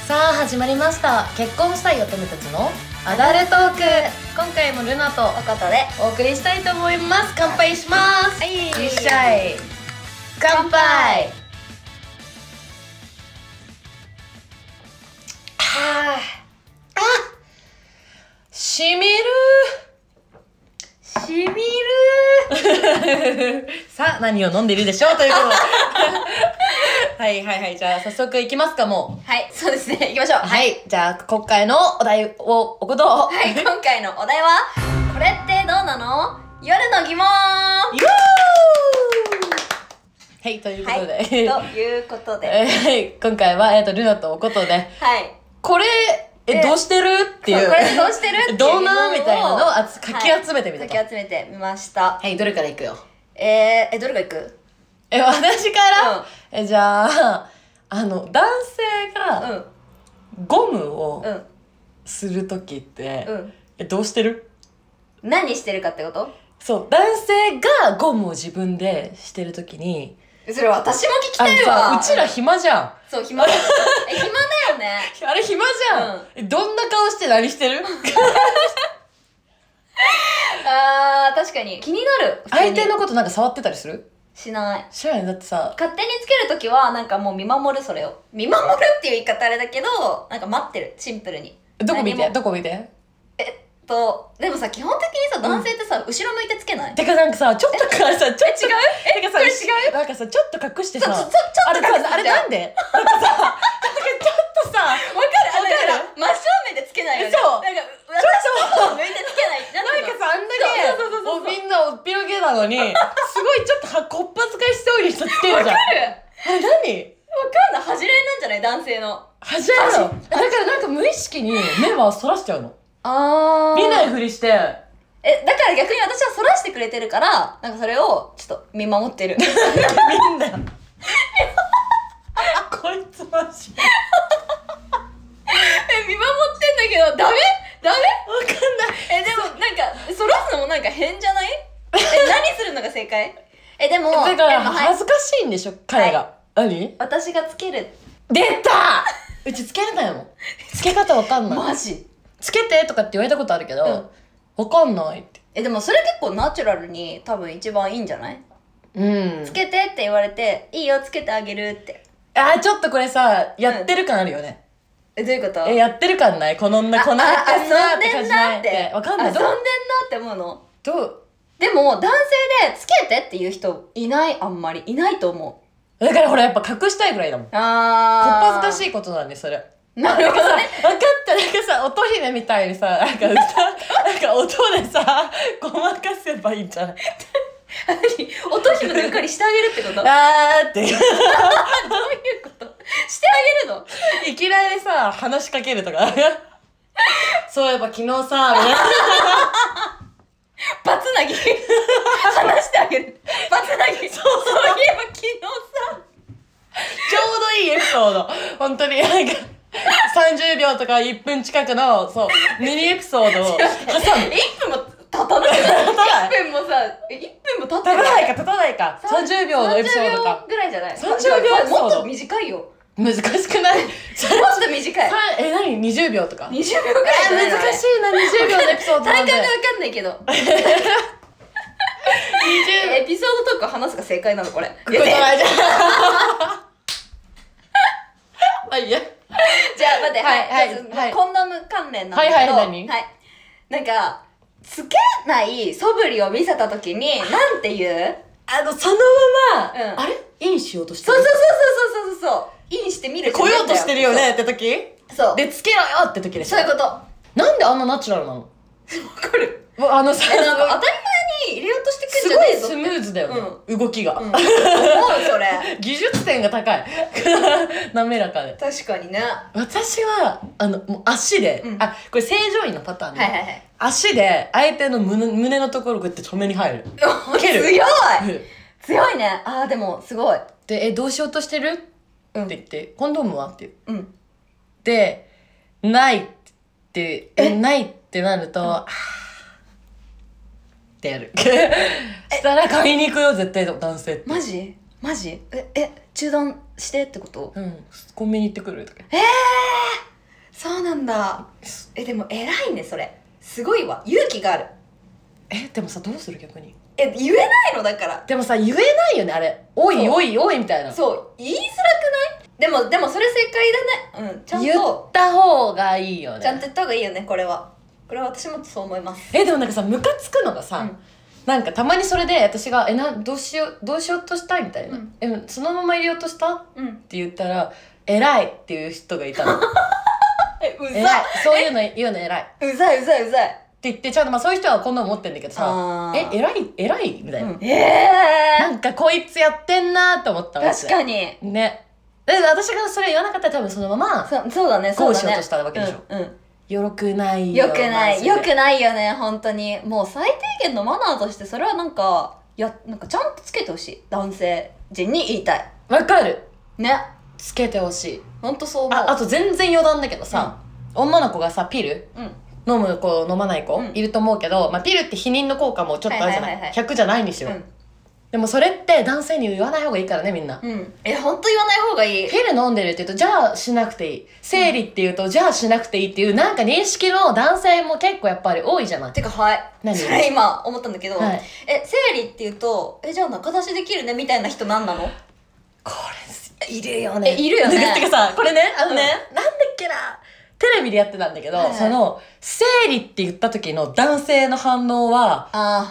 さあ始まりました。結婚したい乙女たちのアダルトーク。今回もルナとおことでお送りしたいと思います。乾杯します。 はい、 いっしゃい。乾杯。しみるしみるさあ何を飲んでいるでしょうということではいはいはい、じゃあ早速いきますか。もはい、そうですね、行きましょう。 うはい、じゃあ今回のお題をおことはい、今回のお題はこれってどうなの？夜の疑問。 はい、ということで、 はい、ということではい、今回はルナとおことではい、 これどうしてるっていう、 これどうしてるっていうどうなんみたいなのをかき集めてみたと。 かき集めてみました。 はい、どれからいくよ。 どれからいく？ 私から、じゃあ男性がゴムをするときって、どうしてる？ 何してるかってこと？ そう、男性がゴムを自分でしてるときに、 それ私も聞きたいわ。 うちら暇じゃん。 そう、暇だ。暇だよね。 あれ暇じゃん。どんな顔して何してる？ 確かに気になる。 相手のことなんか触ってたりする？ しない。 しない。だってさ、 勝手につけるときはなんかもう見守る、それを見守るっていう言い方あれだけど、なんか待ってる、シンプルに。 どこ見てでもさ、基本的にさ、男性ってさ、後ろ向いてつけない？ てかなんかさ、ちょっとからさ、ちょっと違う？ てかさ、 これ違う？ なんかさ、ちょっと隠してさ、 ちょっと隠してあれなんで？なんかさ、なんかちょっとさ、 わかる？真正面でつけないよね。 そうなんか、私の方向いてつけない。 なんかさ、あんだけみんなおっぴろげなのに、すごいちょっとこっぱずかしそうに人つけるじゃん。 わかる？ あれ何？ わかんない。恥じらいなんじゃない？男性の。 恥じらいなの。だからなんか無意識に目はそらしちゃうの。見ないふりして。 だから逆に私はそらしてくれてるから、なんかそれをちょっと見守ってる。 みんな。こいつマジ。 見守ってんだけど、ダメ？ わかんない。 でもなんか、そらすのもなんか変じゃない？何するのが正解？でも、 だから恥ずかしいんでしょ、彼が。何？ 私がつける。 出た！うちつけれないもん。つけ方わかんない。 マジ？ つけてとかって言われたことあるけど、わかんないって。 でもそれ結構ナチュラルに多分一番いいんじゃない？つけてって言われて、いいよつけてあげるって。 ちょっとこれさ、やってる感あるよね。 どういうこと？ やってる感ない？この女、こんなやってんなって感じないって。わかんない。 遊んでんなって思うの？ どう？ でも男性でつけてっていう人いない、あんまりいないと思う。だからほらやっぱ隠したいぐらいだもん。こっぱずかしいことなんで、それ。 なるほどね。 分かった。なんかさ、乙姫みたいにさ、なんかなんか音でさ、ごまかせばいいんじゃない？ 乙姫の役割してあげるってこと？ ってどういうことしてあげるの？ いきなりさ、話しかけるとかそういえば昨日さ、 バツナギ話してあげる。バツナギそういえば昨日さ、 ちょうどいいエピソード。本当になんか30秒とか1分近くのミニエピソードを挟む。 1分も経たない。1分もさ、1分も経ってない。 経たないか。30秒のエピソードか。 30秒ぐらいじゃない？ 30秒エピソード。 もっと短いよ。 難しくない？もっと短い。 何？20秒とか？ 20秒ぐらいじゃない？ 難しいな、20秒のエピソードなんで。 大会がわかんないけど。エピソードトーク話すが正解なのこれ。 これないじゃん。いや。 じゃあ待って、はい。コンドーム関連なんだけど、 何？ なんか、つけない素振りを見せたときに、なんて言う？ そのまま、あれ？インしようとしてる？ そう。インしてみる。 来ようとしてるよねって時？ そう。 で、つけろよって時でしょ？ そういうこと。 なんであんなナチュラルなの？わかる。 なんか当たり前に入れようとしてくんじゃねえぞ。 すごいスムーズだよね、動きが。 思う、それ。 技術点が高い。滑らかで。 確かにね。 私は、もう足で、これ正常位のパターンね。 足で相手の胸のところをグッて止めに入る。蹴る。 強いね。でも、すごい。 で、どうしようとしてる？って言って、コンドームは？って言う。 うん。 で、ないって、ないってなると、ってやる。したら買いに行くよ、絶対男性って。 マジ？中断してってこと？ コンビニ行ってくるとか。 そうなんだ。でも偉いね、それ。すごいわ、勇気がある。 でもさ、どうする逆に。 言えないのだから。 でもさ、言えないよね、あれ。おいおいおいみたいな。 そう、言いづらくない？でもそれ正解だね。ちゃんと言った方がいいよね。 ちゃんと言った方がいいよね、これは私もそう思います。 でもなんかさ、ムカつくのがさ、なんかたまにそれで私がどうしようとしたいみたいな、そのまま入れようとした、って言ったら偉いっていう人がいたの。 うざい。 そういうの言うの偉い。 うざいって言って、ちゃんとそういう人はこんなの持ってんだけどさ、偉いみたいな。なんかこいつやってんなと思ったの。 確かにね。私がそれ言わなかったら多分そのままそうだね、 こうしようとしたわけでしょ。よくないよ。よくないよね、本当に。もう最低限のマナーとしてそれはなんかちゃんとつけてほしい。男性陣に言いたい。 わかるね。 つけてほしい。 ほんとそう思う。 あと全然余談だけどさ、女の子がさピル、飲む子飲まない子、いると思うけど、ピルって避妊の効果もちょっとあるじゃない、100じゃないんですよ、でもそれって男性に言わない方がいいからね、みんな。 ほんと言わない方がいい。 ピル飲んでるって言うとじゃあしなくていい、生理って言うとじゃあしなくていいっていうなんか認識の男性も結構やっぱり多いじゃない。 てかそれ今思ったんだけど、生理って言うとじゃあ中出しできるねみたいな人何なの？ これいるよね。 いるよね。 てかさ、これね、なんだっけな、テレビでやってたんだけど、その生理って言った時の男性の反応は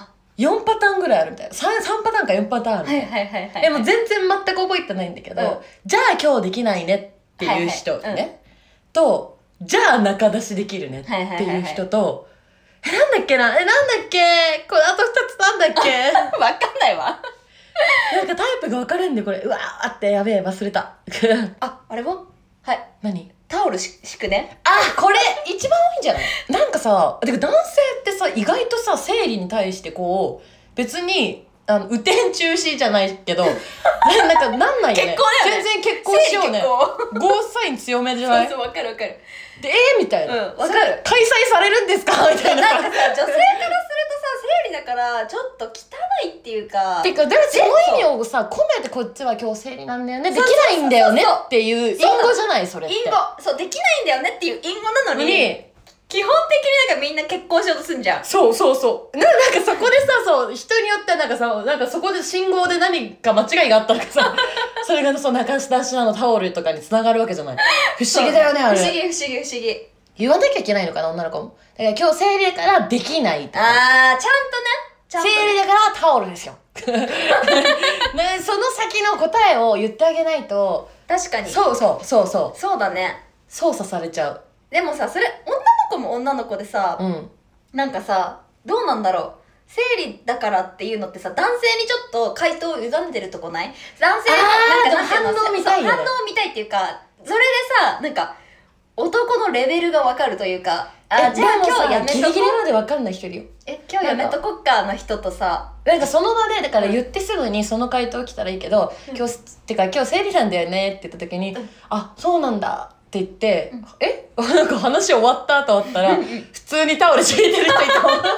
4パターンぐらいあるみたいな。3パターンか4パターンあるみたいな。もう全然全く覚えてないんだけど、じゃあ今日できないねっていう人ね、とじゃあ中出しできるねっていう人と、なんだっけな、なんだっけ、これあと2つなんだっけわかんないわ。 なんかタイプが分かれんで、これ。うわーってやべえ、忘れた。 あれは何？ タオル敷くね。 これ一番多いんじゃない？なんかさ、てか男性ってさ、意外とさ、生理に対してこう、別に、雨天中止じゃないけど、なんかなんないよね。 結婚だよね。 全然結婚しようね。ゴーサイン強めじゃない？ そう、わかる。 で、みたいな。 わかる。 開催されるんですかみたいな。 なんかさ、女性からするとさ、生理だからちょっと汚いっていうか。 てか、でもその意味をさ、込めてこっちは今日生理なんだよね、できないんだよねっていう隠語じゃない、それって。 隠語。そう、できないんだよねっていう隠語なのに、基本的になんかみんな結婚しようとすんじゃん。 そう。なんかそこでさ、人によってはなんかさ、なんかそこで信号で何か間違いがあったらさ、それが中出しなのタオルとかに繋がるわけじゃない。不思議だよね、あれ。 不思議。 言わなきゃいけないのかな、女の子も。だから今日生理だからできないとか。 ちゃんとね。 生理だからタオルですよ。ね、その先の答えを言ってあげないと。 確かに。 そう。 そうだね。 操作されちゃう。 でもさ、それ、女の子も女の子でさ、なんかさ、どうなんだろう。生理だからっていうのってさ、男性にちょっと回答を委ねてるとこない？男性のなんか反応見たいよね。 反応見たいっていうか、それでさ、なんか、男のレベルがわかるというか、じゃあ今日やめとこう。 ギリギリまでわかんない人いるよ。 今日やめとこっかの人とさ、 なんかその場で、だから言ってすぐにその回答来たらいいけど、今日生理なんだよねって言った時に、そうなんだって言って、なんか話終わったと思ったら、普通にタオル敷いてる人いたもん。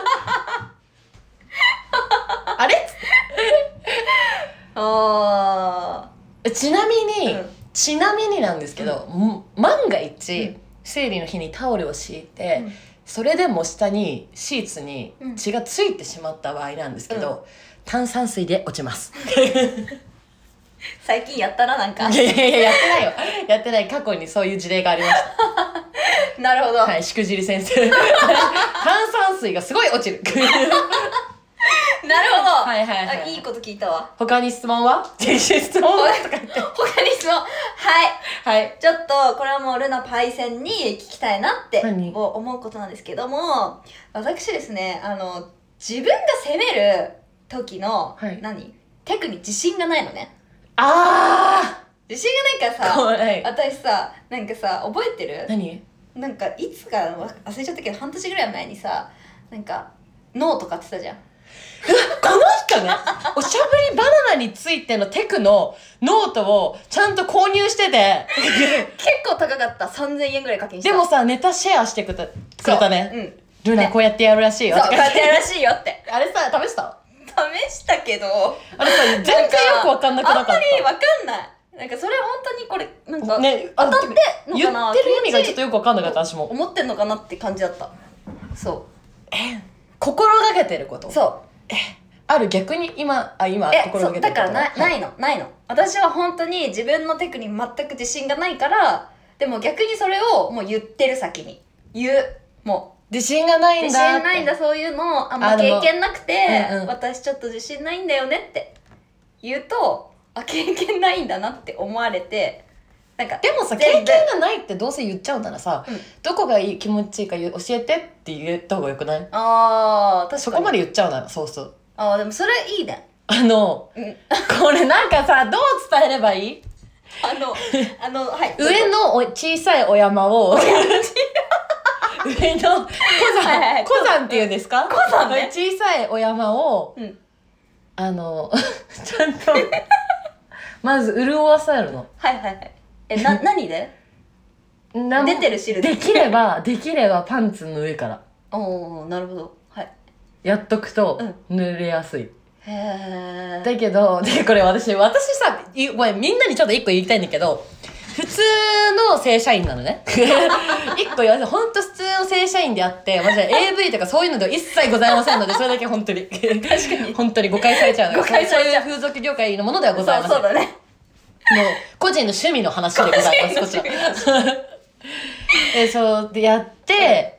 あれ？ちなみになんですけど、万が一、生理の日にタオルを敷いて、それでも下にシーツに血がついてしまった場合なんですけど、炭酸水で落ちます。 最近やったな、なんか。 いややってないよ。やってない。過去にそういう事例がありました。 なるほど。 はい、しくじり先生。炭酸水がすごい落ちる。 なるほど。 はい。 いいこと聞いたわ。 他に質問は？質問はとか言って。 他に質問。はい。ちょっと、これはもうルナパイセンに聞きたいなって思うことなんですけども、私ですね、自分が攻める時の、テクに自信がないのね。自信がないからさ、私さ、なんかさ、覚えてる？ 何？ なんか、いつか忘れちゃったけど、半年ぐらい前にさ、なんか、ノート買ってたじゃん。 この人ね、おしゃぶりバナナについてのテクのノートをちゃんと購入してて結構高かった。3000円ぐらい課金した。 でもさ、ネタシェアしてくれたね。ルナこうやってやるらしいよ。 そう、こうやってやるらしいよって。 あれさ、試したけど、 あれさ、全然よくわかんなくなかった。 あんまりわかんない。 なんかそれ本当にこれなんかね、 当たってんのかな、 言ってる意味がちょっとよく分かんなかった私も。 思ってんのかなって感じだった。そう心がけてること。 そうある逆に今心がけてること。 だからないの私は本当に自分のテクに全く自信がないから、でも逆にそれをもう言ってる、先に言う、もう自信がないんだって、 自信ないんだ、そういうのあんま経験なくて、 うんうん、 私ちょっと自信ないんだよねって言うと、経験ないんだなって思われて、なんかでもさ、経験がないってどうせ言っちゃうならさ、どこがいい気持ちいいか教えてって言った方がよくない？ あー、確かにそこまで言っちゃうなら。そうそう。 でもそれいいね。 これなんかさ、どう伝えればいい？ はい、 上の小さいお山を上の小山っていうんですか？ 小山ね。 小さいお山を、ちゃんとまず潤わせるの。 はい何で？出てる汁で。 できればパンツの上から。 おー、なるほど。はい。 やっとくと濡れやすい。 へー。 だけど、これ私さ、ごめん、みんなにちょっと一個言いたいんだけど、普通の正社員なのね。一個言わせて、ほんと普通の正社員であって、マジで AV とかそういうのでは一切ございませんので、それだけ本当に。確かに。本当に誤解されちゃうので、そういう風俗業界のものではございません。 そうだね。 もう、個人の趣味の話でございます、こちら。そうでやって、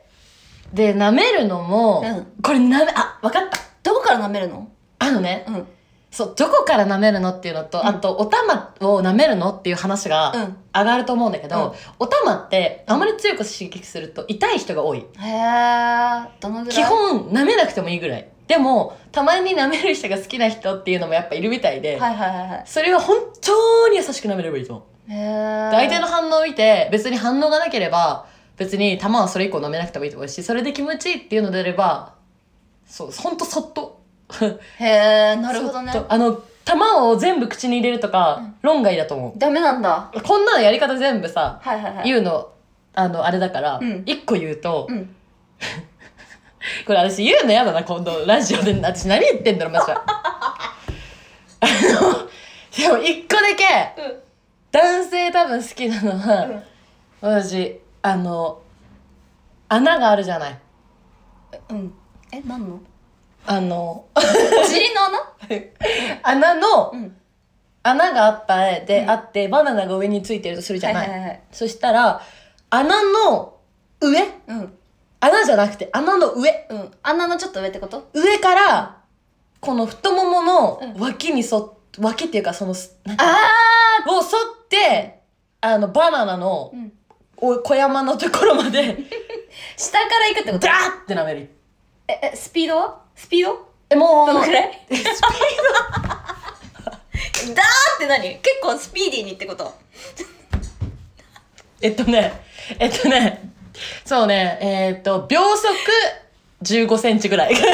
で、舐めるのも、これわかった。 どこから舐めるの？ そう、どこから舐めるのっていうのと、あと、お玉を舐めるのっていう話が上がると思うんだけど、お玉ってあまり強く刺激すると痛い人が多い。 へー。どのぐらい？ 基本、舐めなくてもいいぐらい。でも、たまに舐める人が好きな人っていうのもやっぱいるみたいで、それは本当に優しく舐めればいいと思う。 へー。 で、相手の反応を見て、別に反応がなければ、別に玉はそれ以降舐めなくてもいいと思うし、それで気持ちいいっていうのであれば、そう、ほんとそっと。 へー、なるほどね。 玉を全部口に入れるとか、論外だと思う。 ダメなんだ。 こんなのやり方全部さ、言うの、あれだから、一個言うと、これ私言うのやだな、今度ラジオで。私何言ってんだろ、マジで。でも一個だけ、男性多分好きなのは、私、穴があるじゃない。 何の？ お尻の穴穴があった絵であって、バナナが上についてるとするじゃない。そしたら、穴の上、穴じゃなくて穴の上。 穴のちょっと上ってこと？ 上から、この太ももの脇っていうかを沿って、バナナの、小山のところまで、 下から行くってこと？ ダーって舐める。 スピードは？ もう、 どのくらい？スピードダーって何？結構スピーディーにってこと？ そうね、秒速15センチぐらい。秒速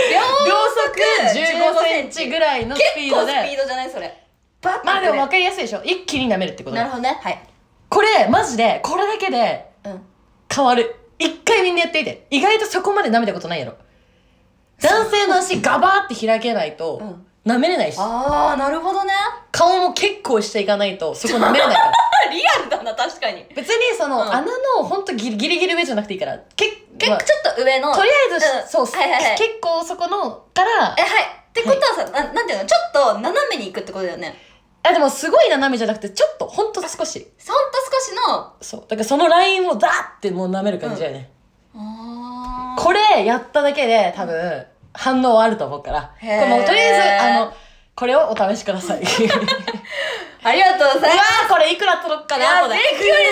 15センチぐらいのスピードで。 結構スピードじゃないそれ。 まあでも分かりやすいでしょ。一気に舐めるってことなるほどね。はい。 これ、マジで、これだけで、変わる。一回みんなやってみて。意外とそこまで舐めたことないやろ。男性の足ガバーって開けないと、舐めれないし。 なるほどね。 顔も結構していかないと、そこ舐めれないから。 リアルだな、確かに。 別に穴のほんとギリギリ上じゃなくていいから、 結構ちょっと上の。 とりあえず、そう、結構そこのから。 ってことはさ、なんていうの、ちょっと斜めに行くってことだよね。 でもすごい斜めじゃなくて、ちょっと、ほんと少し。 ほんと少しの。 そう。だからそのラインをダーってもう舐める感じだよね。これやっただけで多分、反応あると思うから。とりあえず、これをお試しください。 ありがとうございます。 これいくら届くかな？ 勉強になります、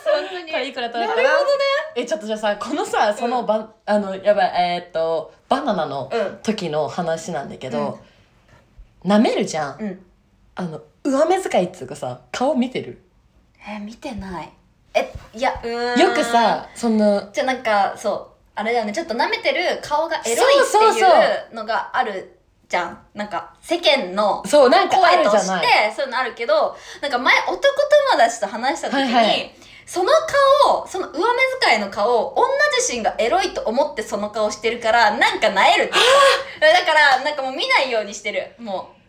本当に。 これいくら届くかな？ なるほどね。 ちょっとじゃあさ、このさ、そのバナナの時の話なんだけど、舐めるじゃん。上目遣いっつうかさ、顔見てる？ 見てない。 よくさ、 じゃあなんか、そう、あれだよね、ちょっと舐めてる顔がエロいっていうのがあるじゃん。なんか、世間の声として、そういうのあるけど、なんか前、男友達と話した時に、その顔、その上目遣いの顔、女自身がエロいと思ってその顔してるから、なんか萎えるって言った。だから、なんかもう見ないようにしてる。もう。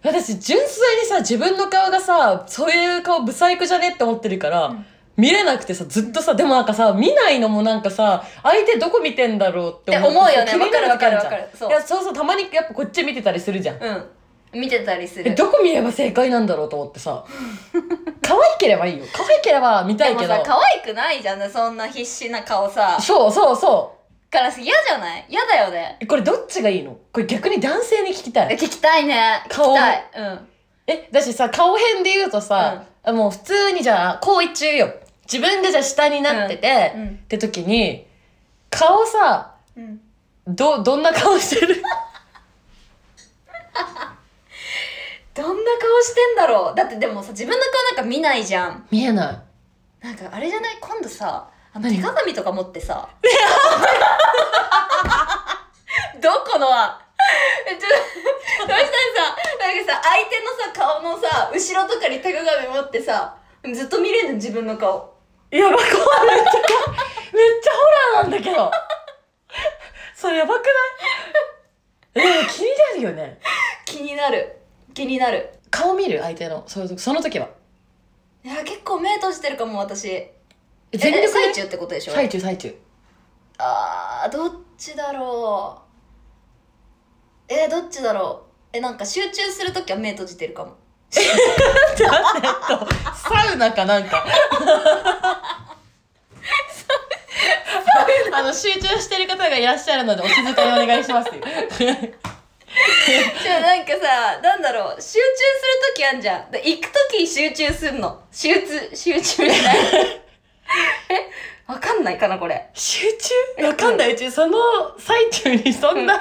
私純粋にさ自分の顔がさそういう顔ブサイクじゃねって思ってるから、うん、見れなくてさずっとさ、でもなんかさ見ないのもなんかさ相手どこ見てんだろうって思うよね。わかるわかるわかる。 そう。いやそうたまにやっぱこっち見てたりするじゃん。 見てたりする。 どこ見れば正解なんだろうと思ってさ可愛ければいいよ。可愛ければ見たいけど。でもさ可愛くないじゃんそんな必死な顔さ。 そうから嫌じゃない？嫌だよね。 これどっちがいいの？これ逆に男性に聞きたい。 聞きたいね。 顔。 聞きたい。 だしさ顔編で言うとさ、もう普通にじゃあ高一中よ。自分がじゃあ下になってて、って時に顔さ、どんな顔してる？ どんな顔してんだろう。だってでもさ自分の顔なんか見ないじゃん。 見えない。 なんかあれじゃない？今度さ手鏡とか持ってさどこのはどうしたらさなんかさ相手のさ顔のさ後ろとかに手鏡持ってさずっと見れるの自分の顔。 やば、怖い。めっちゃホラーなんだけどそれやばくない？でも気になるよね。 気になる。 顔見る相手のその時は。 いや結構目閉じてるかも私。 全力最中ってことでしょ？ 最中。 どっちだろう。どっちだろう。なんか集中するときは目閉じてるかも。 サウナかなんか集中してる方がいらっしゃるのでお静かにお願いしますよじゃあなんかさ、なんだろう、集中するときあんじゃん。行くとき集中すんの。集中しないわかんないかなこれ。 集中わかんないうち、その最中にそんな、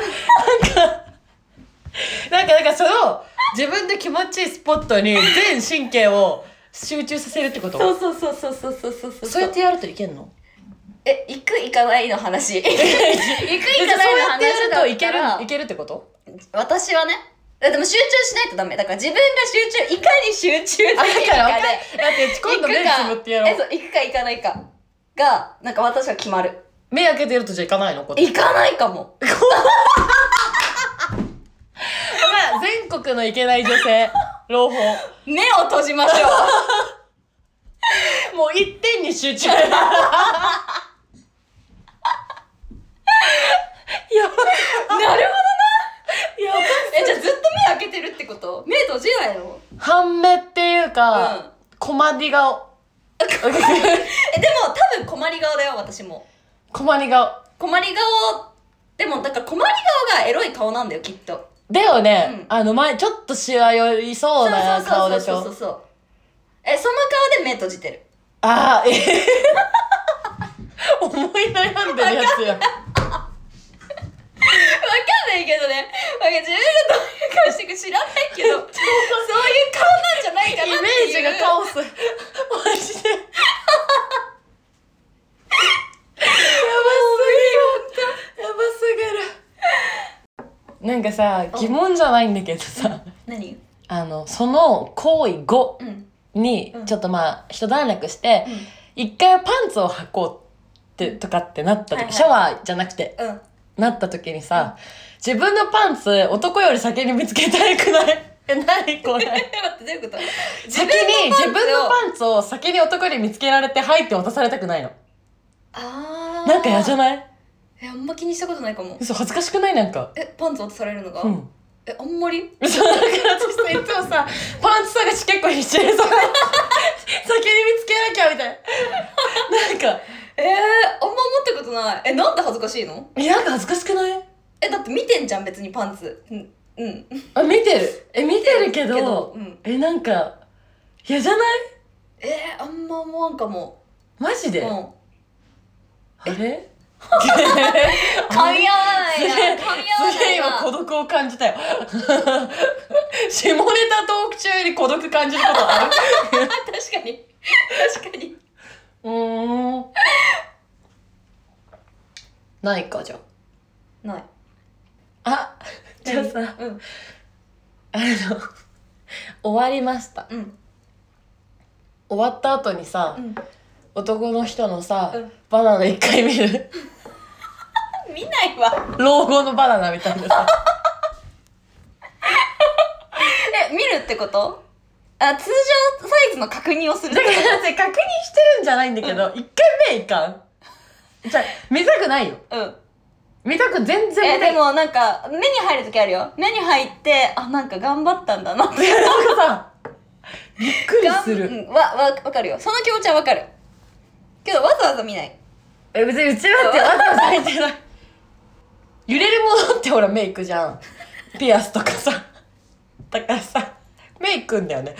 なんかその、自分で気持ちいいスポットに全神経を集中させるってこと？ そう。 そうやってやるといけんの？ 行く行かないの話。行く行かないの話だったら。 いけるってこと？ 私はね。でも集中しないとダメ。だから自分がいかに集中できるかで。 だって今度目つぶってやろう。 そう、行くか行かないかが、なんか私は決まる。 目開けてるとじゃあ行かないの？ 行かないかも。 全国のいけない女性、朗報。 目を閉じましょう。もう一点に集中。やば。 なるほどな。 やば。 じゃあずっと目開けてるってこと？目閉じないの？ 半目っていうか、困り顔。 でも多分困り顔だよ、私も。 困り顔。 でもだから困り顔がエロい顔なんだよ、きっと。 だよね。前、ちょっとシワ寄りそうな顔でしょ。 そう。その顔で目閉じてる。 思い悩んでるやつや。 わかんないけどね。自分がどういう顔してるか知らないけど、そういう顔なんじゃないかなっていう。 イメージがカオス。マジで。やばすぎる。なんかさ、疑問じゃないんだけどさ。 何？ その行為後に、ちょっと一段落して、一回パンツを履こうってとかってなった時、シャワーじゃなくて、なった時にさ、自分のパンツ男より先に見つけたくない？何これ？ 待って、どういうこと？ 自分のパンツを先に男に見つけられて、はいって渡されたくないの。なんか嫌じゃない？ あんま気にしたことないかも。 嘘、恥ずかしくない？なんか。 パンツ渡されるのが？あんまり？ そう、だから私さ、いつもさ、パンツ探し結構必死でさ、先に見つけなきゃみたいな。なんか。 あんま思ったことない。なんで恥ずかしいの？ なんか恥ずかしくない？ だって見てんじゃん、別にパンツ。見てる。見てるけど、なんか、嫌じゃない？ あんま思わんかも。 マジで？あれ？ 噛み合わないな。 すげえ今孤独を感じたよ。下ネタトーク中に孤独感じることある？ 確かに。 ないか、じゃあ。ない。 じゃあさ、終わりました。終わった後にさ、男の人のさ、バナナ一回見る？ 見ないわ。 老後のバナナみたいなさ。 見ってこと？あ、通常サイズの確認をするってこと？ だから確認してるんじゃないんだけど、一回目いかん。じゃあ見たくないよ。見たく全然見たくない。 でもなんか目に入る時あるよ。目に入ってなんか頑張ったんだなってなんかさびっくりする。 わかるよ。その気持ちはわかるけど、わざわざ見ない。 別にうちはってわざわざ入ってない。揺れるものってほらメイクじゃん。ピアスとかさ。だからさメイクんだよね。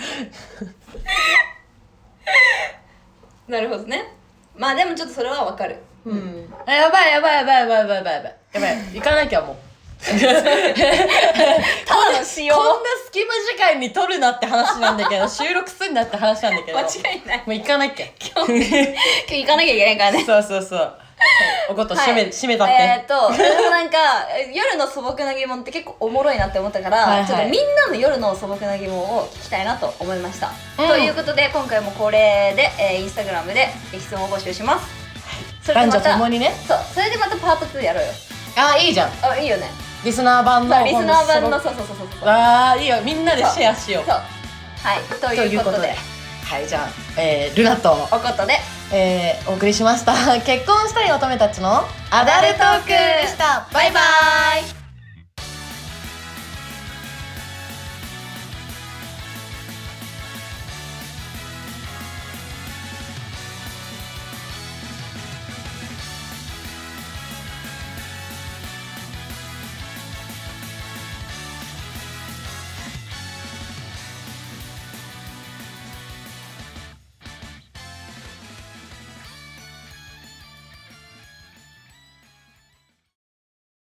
なるほどね。まあでもちょっとそれはわかる。 やばい行かなきゃもう。 ただの仕様。 こんな隙間時間に撮るなって話なんだけど、収録すんなって話なんだけど、 間違いない。 もう行かなきゃ。 今日行かなきゃいけないからね。 そう、おこと閉めたって。でもなんか夜の素朴な疑問って結構おもろいなって思ったから、ちょっとみんなの夜の素朴な疑問を聞きたいなと思いました。ということで今回も恒例で、インスタグラムで質問を募集します。 男女ともにね。 そう、それでまたパート2やろうよ。 いいじゃん。 いいよね。 リスナー版の。 そういいよ、みんなでシェアしよう。 そう。はい、ということで。 はい、じゃあ、ルナとおことで、 お送りしました。結婚したい乙女たちのアダルトークでした。バイバイ。